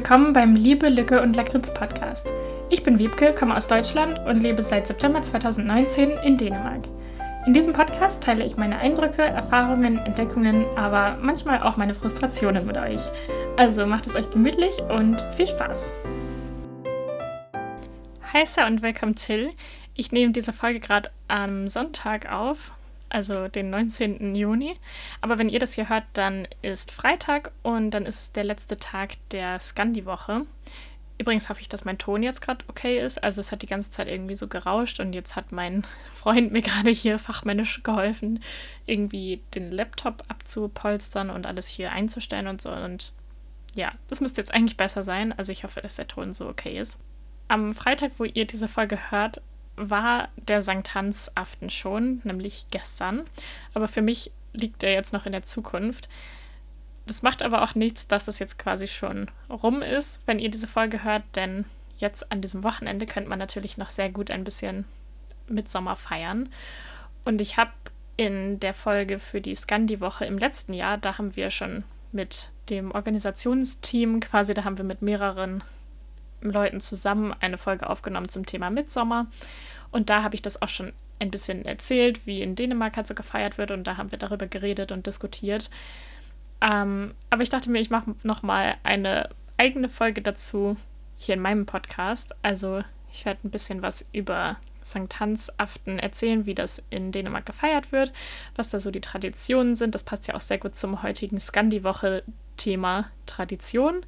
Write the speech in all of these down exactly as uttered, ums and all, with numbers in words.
willkommen beim Liebe, Lücke und Lakritz Podcast. Ich bin Wiebke, komme aus Deutschland und lebe seit September zweitausendneunzehn in Dänemark. In diesem Podcast teile ich meine Eindrücke, Erfahrungen, Entdeckungen, aber manchmal auch meine Frustrationen mit euch. Also macht es euch gemütlich und viel Spaß. Hi Sir und willkommen Till. Ich nehme diese Folge gerade am Sonntag auf, also den neunzehnten Juni. Aber wenn ihr das hier hört, dann ist Freitag und dann ist es der letzte Tag der Scandi-Woche. Übrigens hoffe ich, dass mein Ton jetzt gerade okay ist. Also es hat die ganze Zeit irgendwie so gerauscht und jetzt hat mein Freund mir gerade hier fachmännisch geholfen, irgendwie den Laptop abzupolstern und alles hier einzustellen und so. Und ja, das müsste jetzt eigentlich besser sein. Also ich hoffe, dass der Ton so okay ist. Am Freitag, wo ihr diese Folge hört, war der Sankt Hans-Aften schon, nämlich gestern. Aber für mich liegt er jetzt noch in der Zukunft. Das macht aber auch nichts, dass es jetzt quasi schon rum ist, wenn ihr diese Folge hört, denn jetzt an diesem Wochenende könnte man natürlich noch sehr gut ein bisschen Mitsommer feiern. Und ich habe in der Folge für die Scandi-Woche im letzten Jahr, da haben wir schon mit dem Organisationsteam quasi, da haben wir mit mehreren Leuten zusammen eine Folge aufgenommen zum Thema Mitsommer. Und da habe ich das auch schon ein bisschen erzählt, wie in Dänemark halt so gefeiert wird. Und da haben wir darüber geredet und diskutiert. Ähm, aber ich dachte mir, ich mache nochmal eine eigene Folge dazu hier in meinem Podcast. Also ich werde ein bisschen was über Sankt Hans-Aften erzählen, wie das in Dänemark gefeiert wird, was da so die Traditionen sind. Das passt ja auch sehr gut zum heutigen Scandi-Woche-Thema Tradition.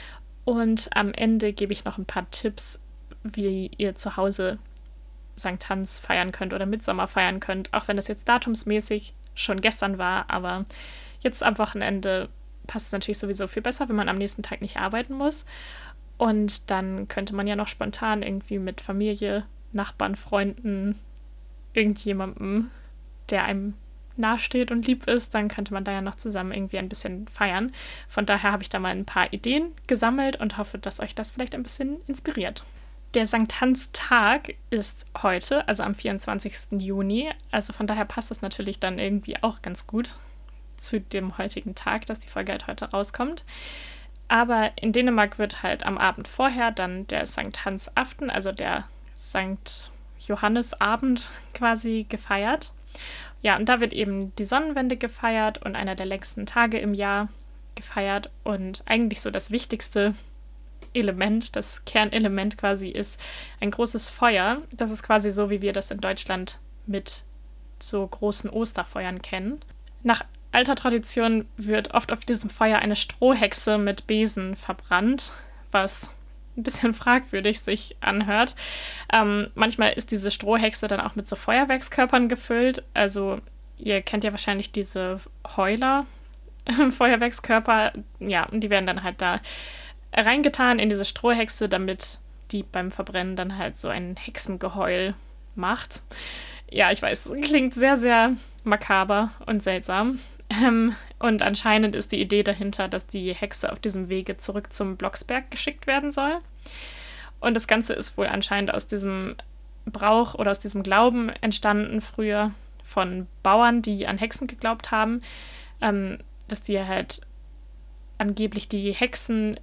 Und am Ende gebe ich noch ein paar Tipps, wie ihr zu Hause Sankt Hans feiern könnt oder Mitsommer feiern könnt, auch wenn das jetzt datumsmäßig schon gestern war, aber jetzt am Wochenende passt es natürlich sowieso viel besser, wenn man am nächsten Tag nicht arbeiten muss. Und dann könnte man ja noch spontan irgendwie mit Familie, Nachbarn, Freunden, irgendjemandem, der einem nahesteht und lieb ist, dann könnte man da ja noch zusammen irgendwie ein bisschen feiern. Von daher habe ich da mal ein paar Ideen gesammelt und hoffe, dass euch das vielleicht ein bisschen inspiriert. Der Sankt Hans-Tag ist heute, also am vierundzwanzigsten Juni. Also von daher passt das natürlich dann irgendwie auch ganz gut zu dem heutigen Tag, dass die Folge halt heute rauskommt. Aber in Dänemark wird halt am Abend vorher dann der Sankt Hans-Aften, also der Sankt Johannes-Abend quasi gefeiert. Ja, und da wird eben die Sonnenwende gefeiert und einer der längsten Tage im Jahr gefeiert. Und eigentlich so das wichtigste Element, das Kernelement quasi ist ein großes Feuer. Das ist quasi so, wie wir das in Deutschland mit so großen Osterfeuern kennen. Nach alter Tradition wird oft auf diesem Feuer eine Strohhexe mit Besen verbrannt, was ein bisschen fragwürdig sich anhört. Ähm, manchmal ist diese Strohhexe dann auch mit so Feuerwerkskörpern gefüllt. Also ihr kennt ja wahrscheinlich diese Heuler, Feuerwerkskörper. Ja, und die werden dann halt da reingetan in diese Strohhexe, damit die beim Verbrennen dann halt so ein Hexengeheul macht. Ja, ich weiß, klingt sehr, sehr makaber und seltsam. Ähm, und anscheinend ist die Idee dahinter, dass die Hexe auf diesem Wege zurück zum Blocksberg geschickt werden soll. Und das Ganze ist wohl anscheinend aus diesem Brauch oder aus diesem Glauben entstanden früher von Bauern, die an Hexen geglaubt haben, ähm, dass die halt angeblich die Hexen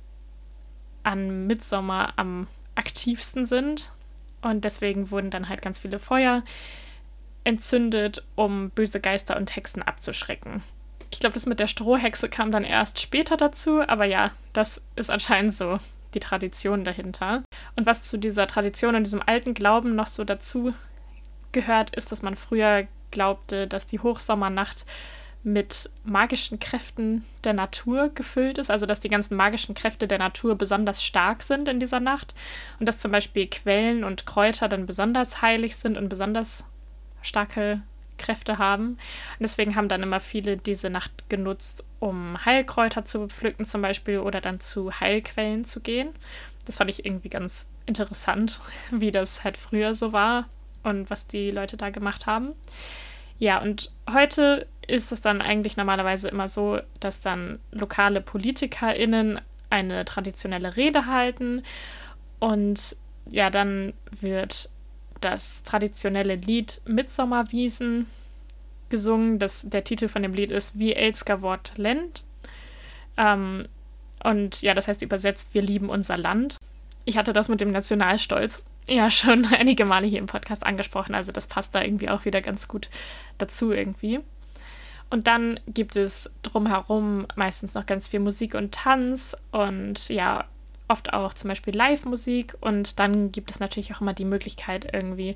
an Mitsommer am aktivsten sind. Und deswegen wurden dann halt ganz viele Feuer entzündet, um böse Geister und Hexen abzuschrecken. Ich glaube, das mit der Strohhexe kam dann erst später dazu, aber ja, das ist anscheinend so die Tradition dahinter. Und was zu dieser Tradition und diesem alten Glauben noch so dazu gehört, ist, dass man früher glaubte, dass die Hochsommernacht mit magischen Kräften der Natur gefüllt ist, also dass die ganzen magischen Kräfte der Natur besonders stark sind in dieser Nacht und dass zum Beispiel Quellen und Kräuter dann besonders heilig sind und besonders starke Kräfte haben. Und deswegen haben dann immer viele diese Nacht genutzt, um Heilkräuter zu pflücken zum Beispiel oder dann zu Heilquellen zu gehen. Das fand ich irgendwie ganz interessant, wie das halt früher so war und was die Leute da gemacht haben. Ja, und heute ist es dann eigentlich normalerweise immer so, dass dann lokale PolitikerInnen eine traditionelle Rede halten und ja, dann wird das traditionelle Lied Mitsommervisen gesungen. Das, der Titel von dem Lied ist Wie elsker vort land. Ähm, Und ja, das heißt übersetzt, wir lieben unser Land. Ich hatte das mit dem Nationalstolz ja schon einige Male hier im Podcast angesprochen, also das passt da irgendwie auch wieder ganz gut dazu irgendwie. Und dann gibt es drumherum meistens noch ganz viel Musik und Tanz und ja, oft auch zum Beispiel Live-Musik. Und dann gibt es natürlich auch immer die Möglichkeit, irgendwie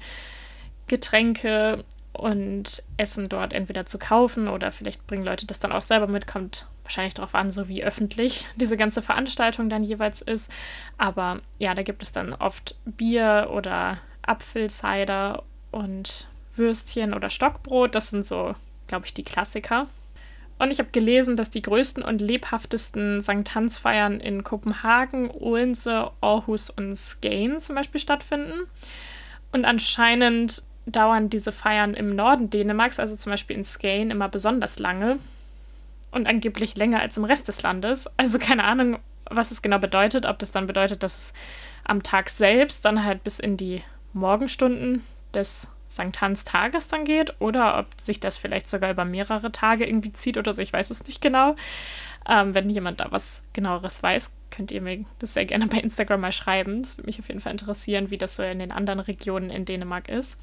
Getränke und Essen dort entweder zu kaufen oder vielleicht bringen Leute das dann auch selber mit, kommt wahrscheinlich darauf an, so wie öffentlich diese ganze Veranstaltung dann jeweils ist. Aber ja, da gibt es dann oft Bier oder Apfelcider und Würstchen oder Stockbrot. Das sind so, glaube ich, die Klassiker. Und ich habe gelesen, dass die größten und lebhaftesten Sankt Hans-Feiern in Kopenhagen, Odense, Aarhus und Skagen zum Beispiel stattfinden. Und anscheinend dauern diese Feiern im Norden Dänemarks, also zum Beispiel in Skagen, immer besonders lange und angeblich länger als im Rest des Landes. Also keine Ahnung, was es genau bedeutet, ob das dann bedeutet, dass es am Tag selbst dann halt bis in die Morgenstunden des Sankt Hans-Tages dann geht oder ob sich das vielleicht sogar über mehrere Tage irgendwie zieht oder so, ich weiß es nicht genau. Ähm, wenn jemand da was Genaueres weiß, könnt ihr mir das sehr gerne bei Instagram mal schreiben. Das würde mich auf jeden Fall interessieren, wie das so in den anderen Regionen in Dänemark ist.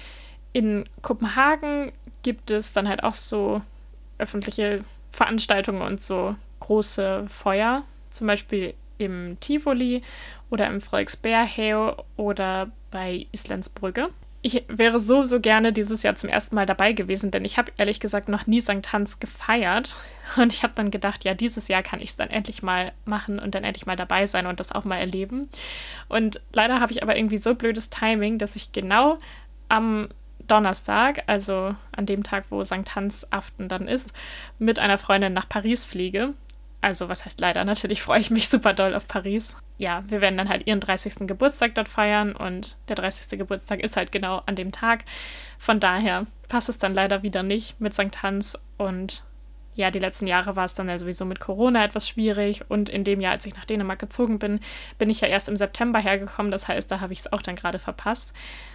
In Kopenhagen gibt es dann halt auch so öffentliche Veranstaltungen und so große Feuer, zum Beispiel im Tivoli oder im Frederiksberg oder bei Islandsbrücke. Ich wäre so, so gerne dieses Jahr zum ersten Mal dabei gewesen, denn ich habe ehrlich gesagt noch nie Sankt Hans gefeiert. Und ich habe dann gedacht, ja, dieses Jahr kann ich es dann endlich mal machen und dann endlich mal dabei sein und das auch mal erleben. Und leider habe ich aber irgendwie so blödes Timing, dass ich genau am Donnerstag, also an dem Tag, wo Sankt Hans Aften dann ist, mit einer Freundin nach Paris fliege. Also was heißt leider, natürlich freue ich mich super doll auf Paris. Ja, wir werden dann halt ihren dreißigsten Geburtstag dort feiern und der dreißigste Geburtstag ist halt genau an dem Tag. Von daher passt es dann leider wieder nicht mit Sankt Hans und ja, die letzten Jahre war es dann ja sowieso mit Corona etwas schwierig und in dem Jahr, als ich nach Dänemark gezogen bin, bin ich ja erst im September hergekommen, das heißt, da habe ich es auch dann gerade verpasst.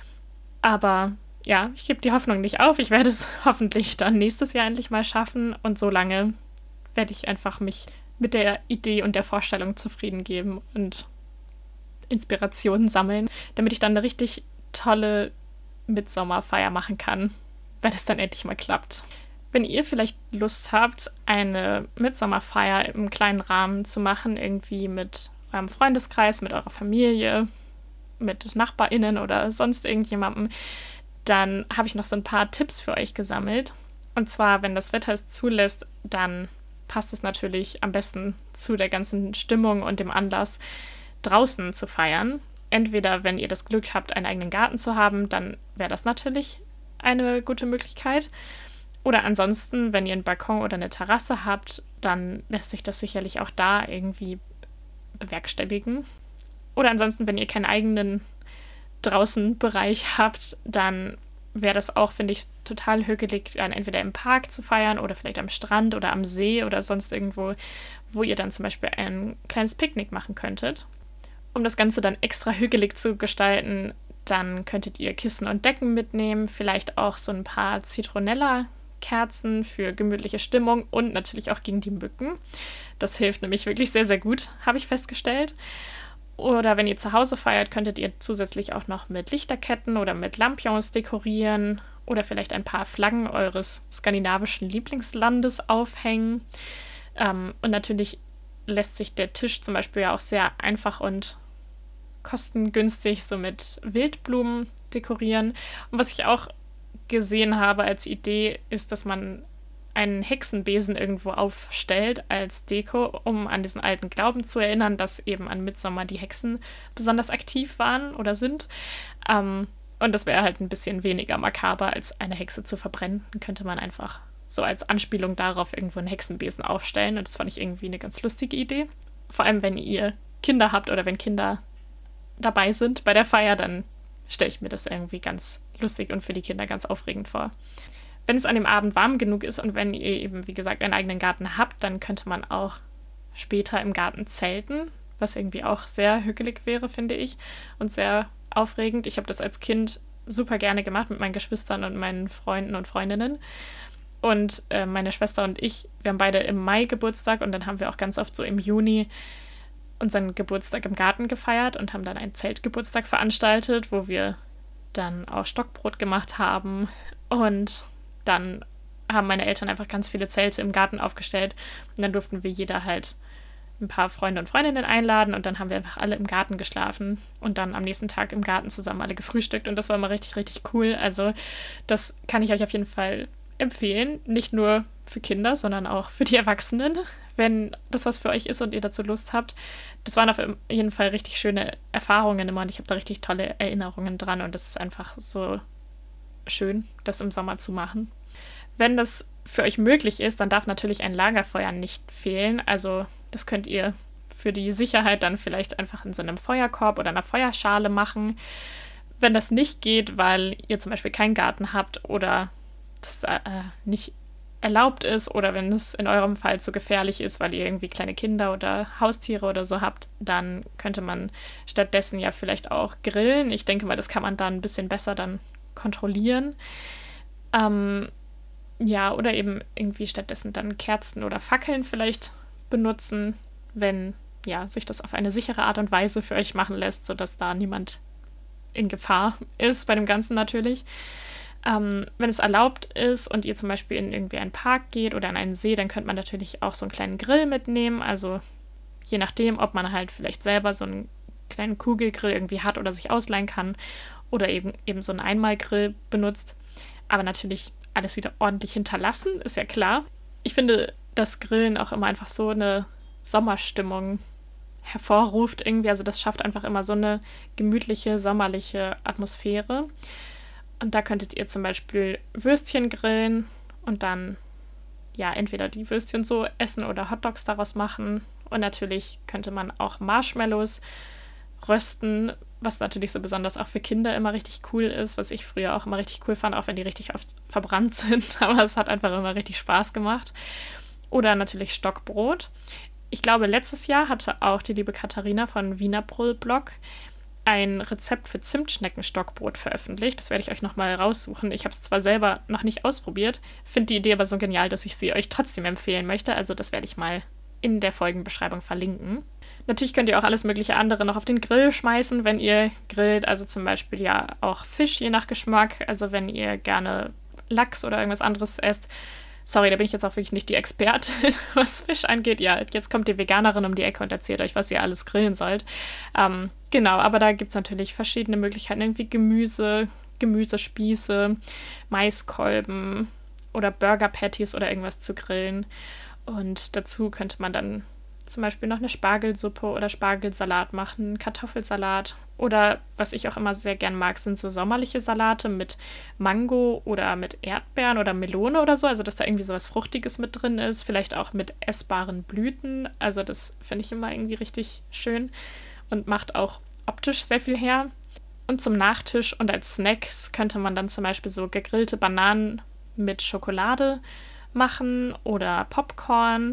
Aber ja, ich gebe die Hoffnung nicht auf, ich werde es hoffentlich dann nächstes Jahr endlich mal schaffen und so lange werde ich einfach mich mit der Idee und der Vorstellung zufrieden geben und Inspirationen sammeln, damit ich dann eine richtig tolle Mitsommerfeier machen kann, wenn es dann endlich mal klappt. Wenn ihr vielleicht Lust habt, eine Mitsommerfeier im kleinen Rahmen zu machen, irgendwie mit eurem Freundeskreis, mit eurer Familie, mit NachbarInnen oder sonst irgendjemandem, dann habe ich noch so ein paar Tipps für euch gesammelt. Und zwar, wenn das Wetter es zulässt, dann passt es natürlich am besten zu der ganzen Stimmung und dem Anlass, draußen zu feiern. Entweder, wenn ihr das Glück habt, einen eigenen Garten zu haben, dann wäre das natürlich eine gute Möglichkeit. Oder ansonsten, wenn ihr einen Balkon oder eine Terrasse habt, dann lässt sich das sicherlich auch da irgendwie bewerkstelligen. Oder ansonsten, wenn ihr keinen eigenen Draußenbereich habt, dann wäre das auch, finde ich, total hügelig, dann entweder im Park zu feiern oder vielleicht am Strand oder am See oder sonst irgendwo, wo ihr dann zum Beispiel ein kleines Picknick machen könntet. Um das Ganze dann extra hügelig zu gestalten, dann könntet ihr Kissen und Decken mitnehmen, vielleicht auch so ein paar Zitronella-Kerzen für gemütliche Stimmung und natürlich auch gegen die Mücken. Das hilft nämlich wirklich sehr, sehr gut, habe ich festgestellt. Oder wenn ihr zu Hause feiert, könntet ihr zusätzlich auch noch mit Lichterketten oder mit Lampions dekorieren oder vielleicht ein paar Flaggen eures skandinavischen Lieblingslandes aufhängen. Ähm, und natürlich lässt sich der Tisch zum Beispiel ja auch sehr einfach und kostengünstig so mit Wildblumen dekorieren. Und was ich auch gesehen habe als Idee, ist, dass man einen Hexenbesen irgendwo aufstellt als Deko, um an diesen alten Glauben zu erinnern, dass eben an Mittsommer die Hexen besonders aktiv waren oder sind. Ähm, und das wäre halt ein bisschen weniger makaber, als eine Hexe zu verbrennen. Dann könnte man einfach so als Anspielung darauf irgendwo einen Hexenbesen aufstellen. Und das fand ich irgendwie eine ganz lustige Idee. Vor allem, wenn ihr Kinder habt oder wenn Kinder dabei sind bei der Feier, dann stelle ich mir das irgendwie ganz lustig und für die Kinder ganz aufregend vor. Wenn es an dem Abend warm genug ist und wenn ihr eben, wie gesagt, einen eigenen Garten habt, dann könnte man auch später im Garten zelten, was irgendwie auch sehr hügelig wäre, finde ich, und sehr aufregend. Ich habe das als Kind super gerne gemacht mit meinen Geschwistern und meinen Freunden und Freundinnen. Und äh, meine Schwester und ich, wir haben beide im Mai Geburtstag und dann haben wir auch ganz oft so im Juni unseren Geburtstag im Garten gefeiert und haben dann einen Zeltgeburtstag veranstaltet, wo wir dann auch Stockbrot gemacht haben. Und dann haben meine Eltern einfach ganz viele Zelte im Garten aufgestellt. Und dann durften wir jeder halt ein paar Freunde und Freundinnen einladen. Und dann haben wir einfach alle im Garten geschlafen. Und dann am nächsten Tag im Garten zusammen alle gefrühstückt. Und das war immer richtig, richtig cool. Also das kann ich euch auf jeden Fall empfehlen. Nicht nur für Kinder, sondern auch für die Erwachsenen, wenn das was für euch ist und ihr dazu Lust habt. Das waren auf jeden Fall richtig schöne Erfahrungen immer und ich habe da richtig tolle Erinnerungen dran und es ist einfach so schön, das im Sommer zu machen. Wenn das für euch möglich ist, dann darf natürlich ein Lagerfeuer nicht fehlen. Also das könnt ihr für die Sicherheit dann vielleicht einfach in so einem Feuerkorb oder einer Feuerschale machen. Wenn das nicht geht, weil ihr zum Beispiel keinen Garten habt oder das äh, nicht erlaubt ist oder wenn es in eurem Fall zu gefährlich ist, weil ihr irgendwie kleine Kinder oder Haustiere oder so habt, dann könnte man stattdessen ja vielleicht auch grillen. Ich denke mal, das kann man dann ein bisschen besser dann kontrollieren. Ähm, ja, oder eben irgendwie stattdessen dann Kerzen oder Fackeln vielleicht benutzen, wenn ja, sich das auf eine sichere Art und Weise für euch machen lässt, sodass da niemand in Gefahr ist, bei dem Ganzen natürlich. Ähm, wenn es erlaubt ist und ihr zum Beispiel in irgendwie einen Park geht oder in einen See, dann könnte man natürlich auch so einen kleinen Grill mitnehmen. Also je nachdem, ob man halt vielleicht selber so einen kleinen Kugelgrill irgendwie hat oder sich ausleihen kann oder eben, eben so einen Einmalgrill benutzt. Aber natürlich alles wieder ordentlich hinterlassen, ist ja klar. Ich finde, dass Grillen auch immer einfach so eine Sommerstimmung hervorruft irgendwie. Also das schafft einfach immer so eine gemütliche, sommerliche Atmosphäre. Und da könntet ihr zum Beispiel Würstchen grillen und dann ja entweder die Würstchen so essen oder Hotdogs daraus machen. Und natürlich könnte man auch Marshmallows rösten, was natürlich so besonders auch für Kinder immer richtig cool ist, was ich früher auch immer richtig cool fand, auch wenn die richtig oft verbrannt sind. Aber es hat einfach immer richtig Spaß gemacht. Oder natürlich Stockbrot. Ich glaube, letztes Jahr hatte auch die liebe Katharina von Wiener Brüllblog ein Rezept für Zimtschnecken-Stockbrot veröffentlicht. Das werde ich euch nochmal raussuchen. Ich habe es zwar selber noch nicht ausprobiert, finde die Idee aber so genial, dass ich sie euch trotzdem empfehlen möchte. Also das werde ich mal in der Folgenbeschreibung verlinken. Natürlich könnt ihr auch alles mögliche andere noch auf den Grill schmeißen, wenn ihr grillt. Also zum Beispiel ja auch Fisch, je nach Geschmack. Also wenn ihr gerne Lachs oder irgendwas anderes esst. Sorry, da bin ich jetzt auch wirklich nicht die Expertin, was Fisch angeht. Ja, jetzt kommt die Veganerin um die Ecke und erzählt euch, was ihr alles grillen sollt. Ähm, genau, aber da gibt es natürlich verschiedene Möglichkeiten. Irgendwie Gemüse, Gemüsespieße, Maiskolben oder Burger Patties oder irgendwas zu grillen. Und dazu könnte man dann zum Beispiel noch eine Spargelsuppe oder Spargelsalat machen, Kartoffelsalat. Oder was ich auch immer sehr gern mag, sind so sommerliche Salate mit Mango oder mit Erdbeeren oder Melone oder so. Also dass da irgendwie so was Fruchtiges mit drin ist. Vielleicht auch mit essbaren Blüten. Also das finde ich immer irgendwie richtig schön und macht auch optisch sehr viel her. Und zum Nachtisch und als Snacks könnte man dann zum Beispiel so gegrillte Bananen mit Schokolade machen oder Popcorn.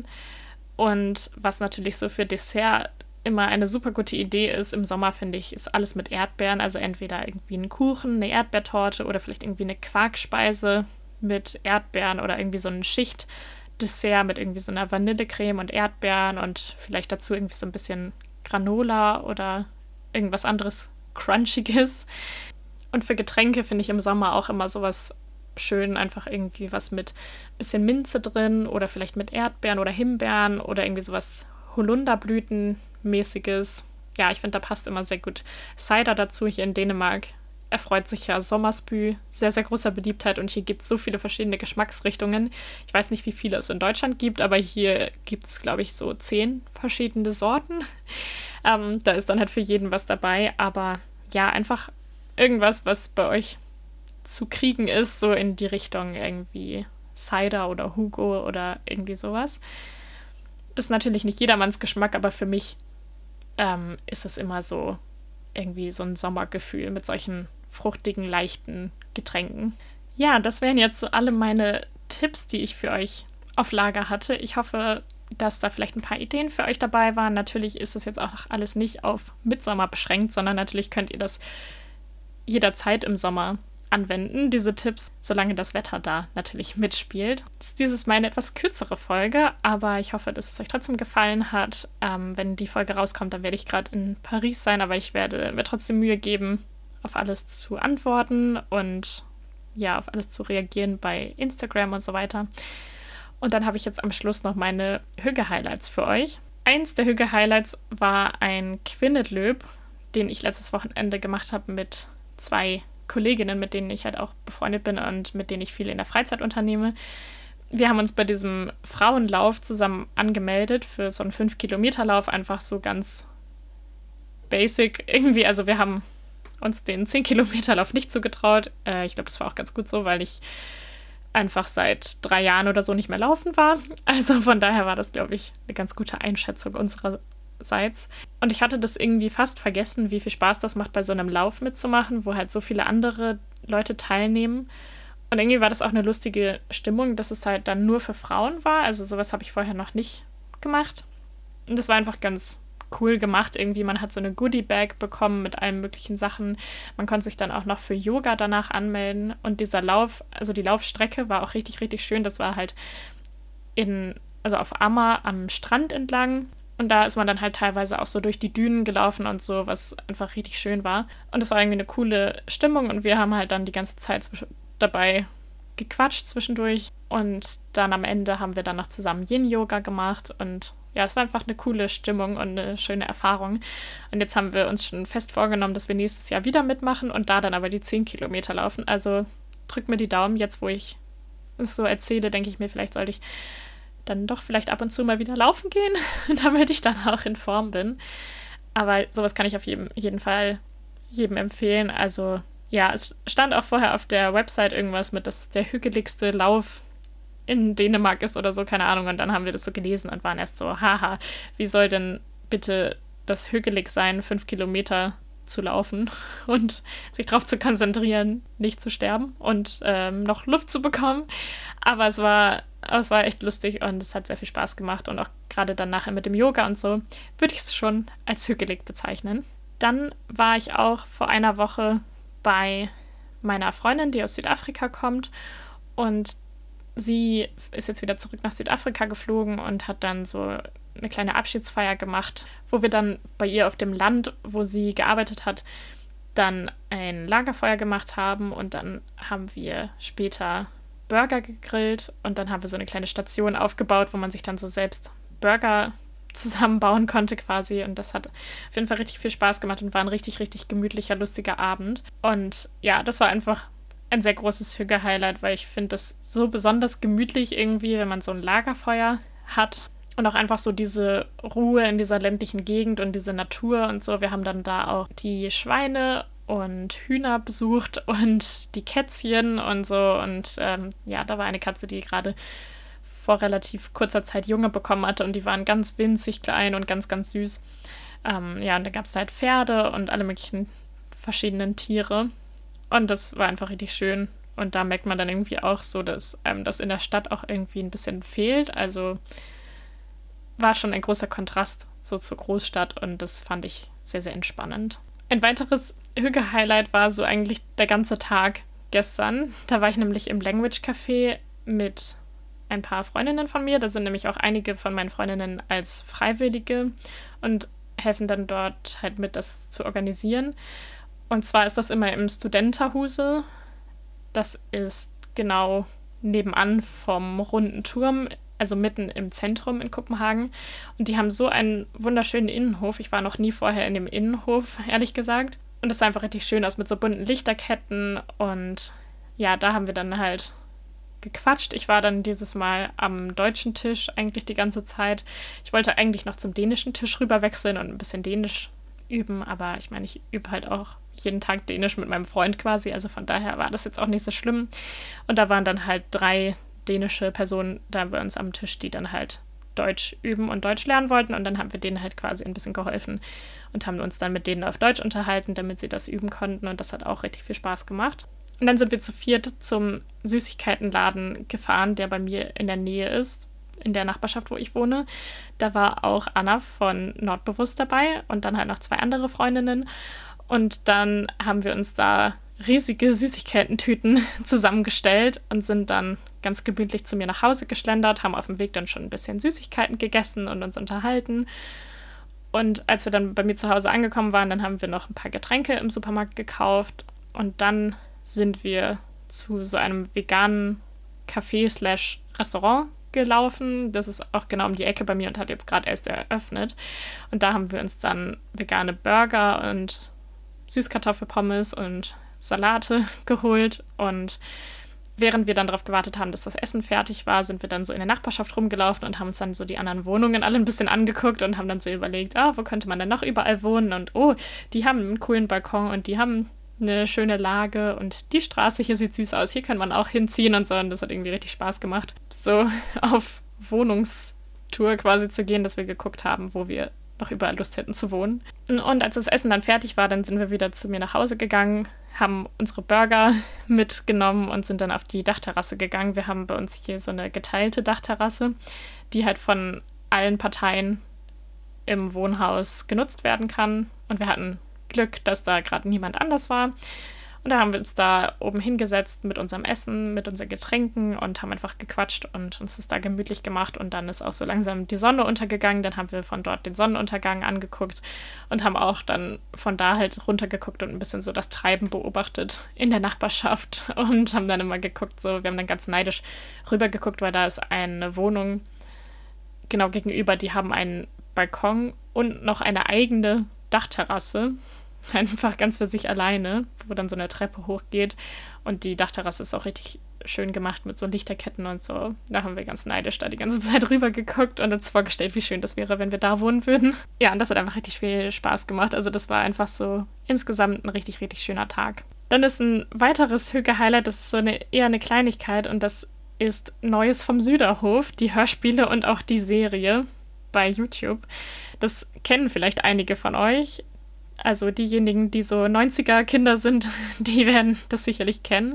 Und was natürlich so für Dessert immer eine super gute Idee ist, im Sommer finde ich, ist alles mit Erdbeeren. Also entweder irgendwie ein Kuchen, eine Erdbeertorte oder vielleicht irgendwie eine Quarkspeise mit Erdbeeren oder irgendwie so ein Schichtdessert mit irgendwie so einer Vanillecreme und Erdbeeren und vielleicht dazu irgendwie so ein bisschen Granola oder irgendwas anderes Crunchiges. Und für Getränke finde ich im Sommer auch immer sowas schön, einfach irgendwie was mit bisschen Minze drin oder vielleicht mit Erdbeeren oder Himbeeren oder irgendwie sowas Holunderblütenmäßiges. Ja, ich finde, da passt immer sehr gut Cider dazu. Hier in Dänemark erfreut sich ja Sommersby sehr, sehr großer Beliebtheit und hier gibt es so viele verschiedene Geschmacksrichtungen. Ich weiß nicht, wie viele es in Deutschland gibt, aber hier gibt es, glaube ich, so zehn verschiedene Sorten. Ähm, da ist dann halt für jeden was dabei, aber ja, einfach irgendwas, was bei euch zu kriegen ist, so in die Richtung irgendwie Cider oder Hugo oder irgendwie sowas. Das ist natürlich nicht jedermanns Geschmack, aber für mich ähm, ist es immer so irgendwie so ein Sommergefühl mit solchen fruchtigen, leichten Getränken. Ja, das wären jetzt so alle meine Tipps, die ich für euch auf Lager hatte. Ich hoffe, dass da vielleicht ein paar Ideen für euch dabei waren. Natürlich ist das jetzt auch alles nicht auf Mitsommer beschränkt, sondern natürlich könnt ihr das jederzeit im Sommer anwenden, diese Tipps, solange das Wetter da natürlich mitspielt. Das ist dieses Mal eine etwas kürzere Folge, aber ich hoffe, dass es euch trotzdem gefallen hat. Ähm, wenn die Folge rauskommt, dann werde ich gerade in Paris sein, aber ich werde mir trotzdem Mühe geben, auf alles zu antworten und ja, auf alles zu reagieren bei Instagram und so weiter. Und dann habe ich jetzt am Schluss noch meine Hügge-Highlights für euch. Eins der Hügge-Highlights war ein Quinnetlöb, den ich letztes Wochenende gemacht habe mit zwei Kolleginnen, mit denen ich halt auch befreundet bin und mit denen ich viel in der Freizeit unternehme. Wir haben uns bei diesem Frauenlauf zusammen angemeldet für so einen fünf Kilometer Lauf, einfach so ganz basic irgendwie. Also wir haben uns den zehn Kilometer Lauf nicht zugetraut. Äh, ich glaube, das war auch ganz gut so, weil ich einfach seit drei Jahren oder so nicht mehr laufen war. Also von daher war das, glaube ich, eine ganz gute Einschätzung unsererseits. Und ich hatte das irgendwie fast vergessen, wie viel Spaß das macht, bei so einem Lauf mitzumachen, wo halt so viele andere Leute teilnehmen. Und irgendwie war das auch eine lustige Stimmung, dass es halt dann nur für Frauen war. Also sowas habe ich vorher noch nicht gemacht. Und das war einfach ganz cool gemacht. Irgendwie, man hat so eine Goodie-Bag bekommen mit allen möglichen Sachen. Man konnte sich dann auch noch für Yoga danach anmelden. Und dieser Lauf, also die Laufstrecke war auch richtig, richtig schön. Das war halt in, also auf Ammer am Strand entlang. Und da ist man dann halt teilweise auch so durch die Dünen gelaufen und so, was einfach richtig schön war. Und es war irgendwie eine coole Stimmung. Und wir haben halt dann die ganze Zeit zwisch- dabei gequatscht zwischendurch. Und dann am Ende haben wir dann noch zusammen Yin-Yoga gemacht. Und ja, es war einfach eine coole Stimmung und eine schöne Erfahrung. Und jetzt haben wir uns schon fest vorgenommen, dass wir nächstes Jahr wieder mitmachen und da dann aber die zehn Kilometer laufen. Also drückt mir die Daumen. Jetzt, wo ich es so erzähle, denke ich mir, vielleicht sollte ich dann doch vielleicht ab und zu mal wieder laufen gehen, damit ich dann auch in Form bin. Aber sowas kann ich auf jeden, jeden Fall jedem empfehlen. Also ja, es stand auch vorher auf der Website irgendwas mit, dass es der hügeligste Lauf in Dänemark ist oder so, keine Ahnung. Und dann haben wir das so gelesen und waren erst so, haha, wie soll denn bitte das hügelig sein, fünf Kilometer zu laufen und sich darauf zu konzentrieren, nicht zu sterben und ähm, noch Luft zu bekommen. Aber es war, es war echt lustig und es hat sehr viel Spaß gemacht. Und auch gerade dann nachher mit dem Yoga und so würde ich es schon als hügelig bezeichnen. Dann war ich auch vor einer Woche bei meiner Freundin, die aus Südafrika kommt, und sie ist jetzt wieder zurück nach Südafrika geflogen und hat dann so eine kleine Abschiedsfeier gemacht, wo wir dann bei ihr auf dem Land, wo sie gearbeitet hat, dann ein Lagerfeuer gemacht haben und dann haben wir später Burger gegrillt und dann haben wir so eine kleine Station aufgebaut, wo man sich dann so selbst Burger zusammenbauen konnte quasi, und das hat auf jeden Fall richtig viel Spaß gemacht und war ein richtig, richtig gemütlicher, lustiger Abend. Und ja, das war einfach ein sehr großes Hügge-Highlight, weil ich finde das so besonders gemütlich irgendwie, wenn man so ein Lagerfeuer hat und auch einfach so diese Ruhe in dieser ländlichen Gegend und diese Natur und so. Wir haben dann da auch die Schweine und Hühner besucht und die Kätzchen und so, und ähm, ja, da war eine Katze, die gerade vor relativ kurzer Zeit Junge bekommen hatte und die waren ganz winzig klein und ganz, ganz süß. Ähm, ja, und da gab es halt Pferde und alle möglichen verschiedenen Tiere. Und das war einfach richtig schön. Und da merkt man dann irgendwie auch so, dass ähm, das in der Stadt auch irgendwie ein bisschen fehlt. Also war schon ein großer Kontrast so zur Großstadt und das fand ich sehr, sehr entspannend. Ein weiteres Hügge-Highlight war so eigentlich der ganze Tag gestern. Da war ich nämlich im Language Café mit ein paar Freundinnen von mir. Da sind nämlich auch einige von meinen Freundinnen als Freiwillige und helfen dann dort halt mit, das zu organisieren. Und zwar ist das immer im Studenterhuse. Das ist genau nebenan vom Runden Turm, also mitten im Zentrum in Kopenhagen. Und die haben so einen wunderschönen Innenhof. Ich war noch nie vorher in dem Innenhof, ehrlich gesagt. Und es sah einfach richtig schön aus mit so bunten Lichterketten. Und ja, da haben wir dann halt gequatscht. Ich war dann dieses Mal am deutschen Tisch eigentlich die ganze Zeit. Ich wollte eigentlich noch zum dänischen Tisch rüber wechseln und ein bisschen Dänisch üben, aber ich meine, ich übe halt auch jeden Tag Dänisch mit meinem Freund quasi, also von daher war das jetzt auch nicht so schlimm. Und da waren dann halt drei dänische Personen da bei uns am Tisch, die dann halt Deutsch üben und Deutsch lernen wollten, und dann haben wir denen halt quasi ein bisschen geholfen und haben uns dann mit denen auf Deutsch unterhalten, damit sie das üben konnten, und das hat auch richtig viel Spaß gemacht. Und dann sind wir zu viert zum Süßigkeitenladen gefahren, der bei mir in der Nähe ist, in der Nachbarschaft, wo ich wohne. Da war auch Anna von Nordbewusst dabei und dann halt noch zwei andere Freundinnen. Und dann haben wir uns da riesige Süßigkeiten-Tüten zusammengestellt und sind dann ganz gemütlich zu mir nach Hause geschlendert, haben auf dem Weg dann schon ein bisschen Süßigkeiten gegessen und uns unterhalten. Und als wir dann bei mir zu Hause angekommen waren, dann haben wir noch ein paar Getränke im Supermarkt gekauft und dann sind wir zu so einem veganen Café slash Restaurant gelaufen. Das ist auch genau um die Ecke bei mir und hat jetzt gerade erst eröffnet. Und da haben wir uns dann vegane Burger und Süßkartoffelpommes und Salate geholt. Und während wir dann darauf gewartet haben, dass das Essen fertig war, sind wir dann so in der Nachbarschaft rumgelaufen und haben uns dann so die anderen Wohnungen alle ein bisschen angeguckt und haben dann so überlegt, ah, wo könnte man denn noch überall wohnen? Und oh, die haben einen coolen Balkon und die haben eine schöne Lage und die Straße hier sieht süß aus, hier kann man auch hinziehen und so. Und das hat irgendwie richtig Spaß gemacht, so auf Wohnungstour quasi zu gehen, dass wir geguckt haben, wo wir noch überall Lust hätten zu wohnen. Und als das Essen dann fertig war, dann sind wir wieder zu mir nach Hause gegangen, haben unsere Burger mitgenommen und sind dann auf die Dachterrasse gegangen. Wir haben bei uns hier so eine geteilte Dachterrasse, die halt von allen Parteien im Wohnhaus genutzt werden kann. Und wir hatten Glück, dass da gerade niemand anders war. Und da haben wir uns da oben hingesetzt mit unserem Essen, mit unseren Getränken und haben einfach gequatscht und uns das da gemütlich gemacht. Und dann ist auch so langsam die Sonne untergegangen. Dann haben wir von dort den Sonnenuntergang angeguckt und haben auch dann von da halt runtergeguckt und ein bisschen so das Treiben beobachtet in der Nachbarschaft und haben dann immer geguckt, so, wir haben dann ganz neidisch rübergeguckt, weil da ist eine Wohnung genau gegenüber, die haben einen Balkon und noch eine eigene Dachterrasse, einfach ganz für sich alleine, wo dann so eine Treppe hochgeht und die Dachterrasse ist auch richtig schön gemacht mit so Lichterketten und so. Da haben wir ganz neidisch da die ganze Zeit rüber geguckt und uns vorgestellt, wie schön das wäre, wenn wir da wohnen würden. Ja, und das hat einfach richtig viel Spaß gemacht. Also das war einfach so insgesamt ein richtig, richtig schöner Tag. Dann ist ein weiteres Hüge-Highlight, das ist so eine eher eine Kleinigkeit und das ist Neues vom Süderhof, die Hörspiele und auch die Serie bei YouTube. Das kennen vielleicht einige von euch. Also diejenigen, die so neunziger-Kinder sind, die werden das sicherlich kennen.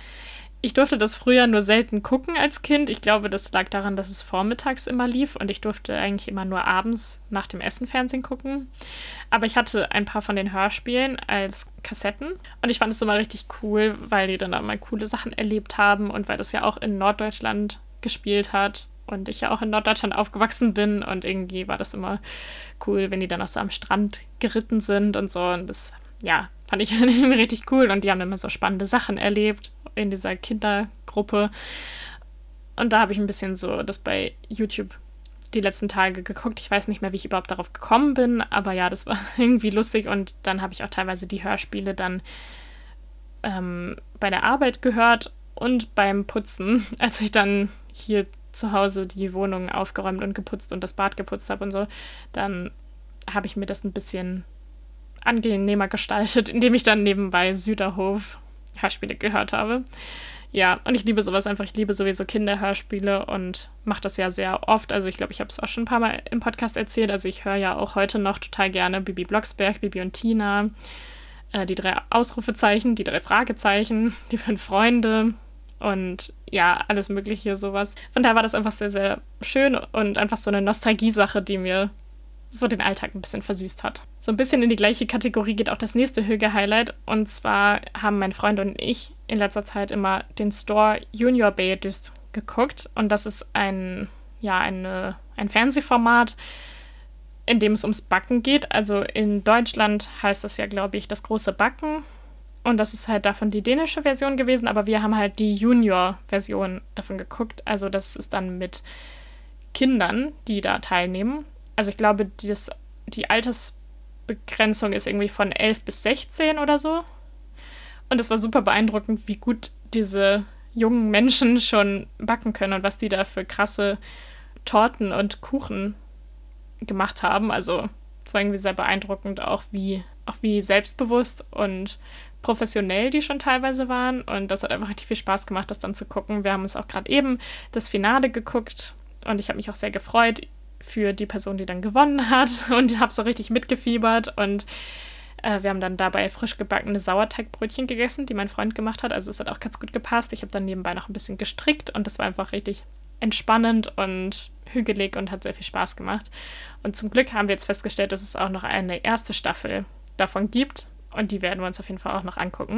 Ich durfte das früher nur selten gucken als Kind. Ich glaube, das lag daran, dass es vormittags immer lief und ich durfte eigentlich immer nur abends nach dem Essen Fernsehen gucken. Aber ich hatte ein paar von den Hörspielen als Kassetten und ich fand es immer richtig cool, weil die dann auch mal coole Sachen erlebt haben und weil das ja auch in Norddeutschland gespielt hat. Und ich ja auch in Norddeutschland aufgewachsen bin und irgendwie war das immer cool, wenn die dann auch so am Strand geritten sind und so. Und das, ja, fand ich richtig cool. Und die haben immer so spannende Sachen erlebt in dieser Kindergruppe. Und da habe ich ein bisschen so das bei YouTube die letzten Tage geguckt. Ich weiß nicht mehr, wie ich überhaupt darauf gekommen bin, aber ja, das war irgendwie lustig. Und dann habe ich auch teilweise die Hörspiele dann ähm, bei der Arbeit gehört und beim Putzen, als ich dann hier zu Hause die Wohnung aufgeräumt und geputzt und das Bad geputzt habe und so, dann habe ich mir das ein bisschen angenehmer gestaltet, indem ich dann nebenbei Süderhof Hörspiele gehört habe. Ja, und ich liebe sowas einfach. Ich liebe sowieso Kinderhörspiele und mache das ja sehr oft. Also ich glaube, ich habe es auch schon ein paar Mal im Podcast erzählt. Also ich höre ja auch heute noch total gerne Bibi Blocksberg, Bibi und Tina, äh, die drei Ausrufezeichen, die drei Fragezeichen, die fünf Freunde und ja, alles mögliche sowas. Von daher war das einfach sehr, sehr schön und einfach so eine Nostalgie-Sache, die mir so den Alltag ein bisschen versüßt hat. So ein bisschen in die gleiche Kategorie geht auch das nächste Hüge-Highlight. Und zwar haben mein Freund und ich in letzter Zeit immer den Store Junior Beatrice geguckt. Und das ist ein, ja, eine, ein Fernsehformat, in dem es ums Backen geht. Also in Deutschland heißt das ja, glaube ich, das große Backen. Und das ist halt davon die dänische Version gewesen, aber wir haben halt die Junior-Version davon geguckt. Also das ist dann mit Kindern, die da teilnehmen. Also ich glaube, das, die Altersbegrenzung ist irgendwie von elf bis sechzehn oder so. Und es war super beeindruckend, wie gut diese jungen Menschen schon backen können und was die da für krasse Torten und Kuchen gemacht haben. Also es war irgendwie sehr beeindruckend, auch wie, auch wie selbstbewusst und professionell die schon teilweise waren. Und das hat einfach richtig viel Spaß gemacht, das dann zu gucken. Wir haben uns auch gerade eben das Finale geguckt und ich habe mich auch sehr gefreut für die Person, die dann gewonnen hat und habe so richtig mitgefiebert und äh, wir haben dann dabei frisch gebackene Sauerteigbrötchen gegessen, die mein Freund gemacht hat. Also es hat auch ganz gut gepasst. Ich habe dann nebenbei noch ein bisschen gestrickt und das war einfach richtig entspannend und hügelig und hat sehr viel Spaß gemacht. Und zum Glück haben wir jetzt festgestellt, dass es auch noch eine erste Staffel davon gibt und die werden wir uns auf jeden Fall auch noch angucken.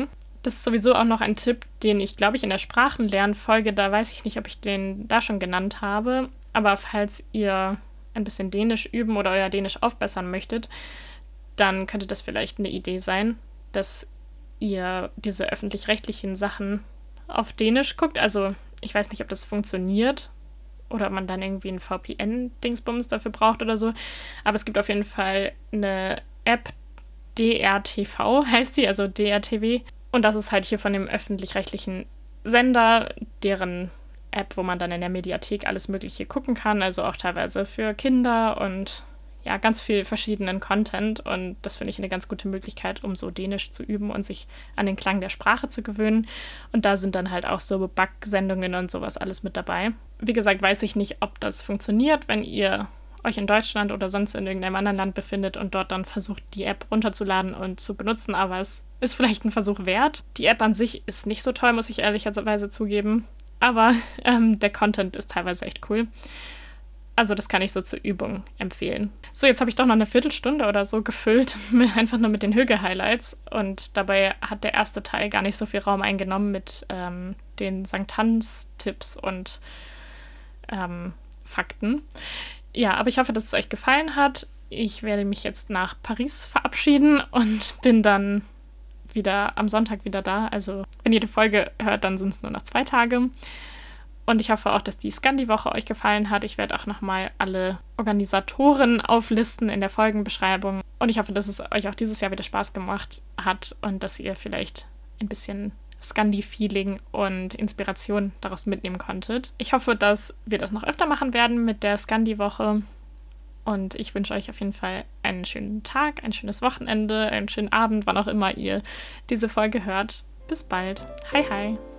Das ist sowieso auch noch ein Tipp, den ich, glaube ich, in der Sprachenlernfolge, da weiß ich nicht, ob ich den da schon genannt habe, aber falls ihr ein bisschen Dänisch üben oder euer Dänisch aufbessern möchtet, dann könnte das vielleicht eine Idee sein, dass ihr diese öffentlich-rechtlichen Sachen auf Dänisch guckt. Also ich weiß nicht, ob das funktioniert oder ob man dann irgendwie ein V P N-Dingsbums dafür braucht oder so, aber es gibt auf jeden Fall eine App, D R T V heißt die, also D R T V. Und das ist halt hier von dem öffentlich-rechtlichen Sender, deren App, wo man dann in der Mediathek alles Mögliche gucken kann, also auch teilweise für Kinder und ja, ganz viel verschiedenen Content. Und das finde ich eine ganz gute Möglichkeit, um so Dänisch zu üben und sich an den Klang der Sprache zu gewöhnen. Und da sind dann halt auch so Backsendungen und sowas alles mit dabei. Wie gesagt, weiß ich nicht, ob das funktioniert, wenn ihr euch in Deutschland oder sonst in irgendeinem anderen Land befindet und dort dann versucht, die App runterzuladen und zu benutzen, aber es ist vielleicht ein Versuch wert. Die App an sich ist nicht so toll, muss ich ehrlicherweise zugeben, aber ähm, der Content ist teilweise echt cool. Also das kann ich so zur Übung empfehlen. So, jetzt habe ich doch noch eine Viertelstunde oder so gefüllt, einfach nur mit den Hüge-Highlights und dabei hat der erste Teil gar nicht so viel Raum eingenommen mit ähm, den Sankt Hans-Tipps und ähm, Fakten. Ja, aber ich hoffe, dass es euch gefallen hat. Ich werde mich jetzt nach Paris verabschieden und bin dann wieder am Sonntag wieder da. Also, wenn ihr die Folge hört, dann sind es nur noch zwei Tage. Und ich hoffe auch, dass die Scandi-Woche euch gefallen hat. Ich werde auch nochmal alle Organisatoren auflisten in der Folgenbeschreibung. Und ich hoffe, dass es euch auch dieses Jahr wieder Spaß gemacht hat und dass ihr vielleicht ein bisschen Scandi-Feeling und Inspiration daraus mitnehmen konntet. Ich hoffe, dass wir das noch öfter machen werden mit der Scandi-Woche. Und ich wünsche euch auf jeden Fall einen schönen Tag, ein schönes Wochenende, einen schönen Abend, wann auch immer ihr diese Folge hört. Bis bald. Hi, hi.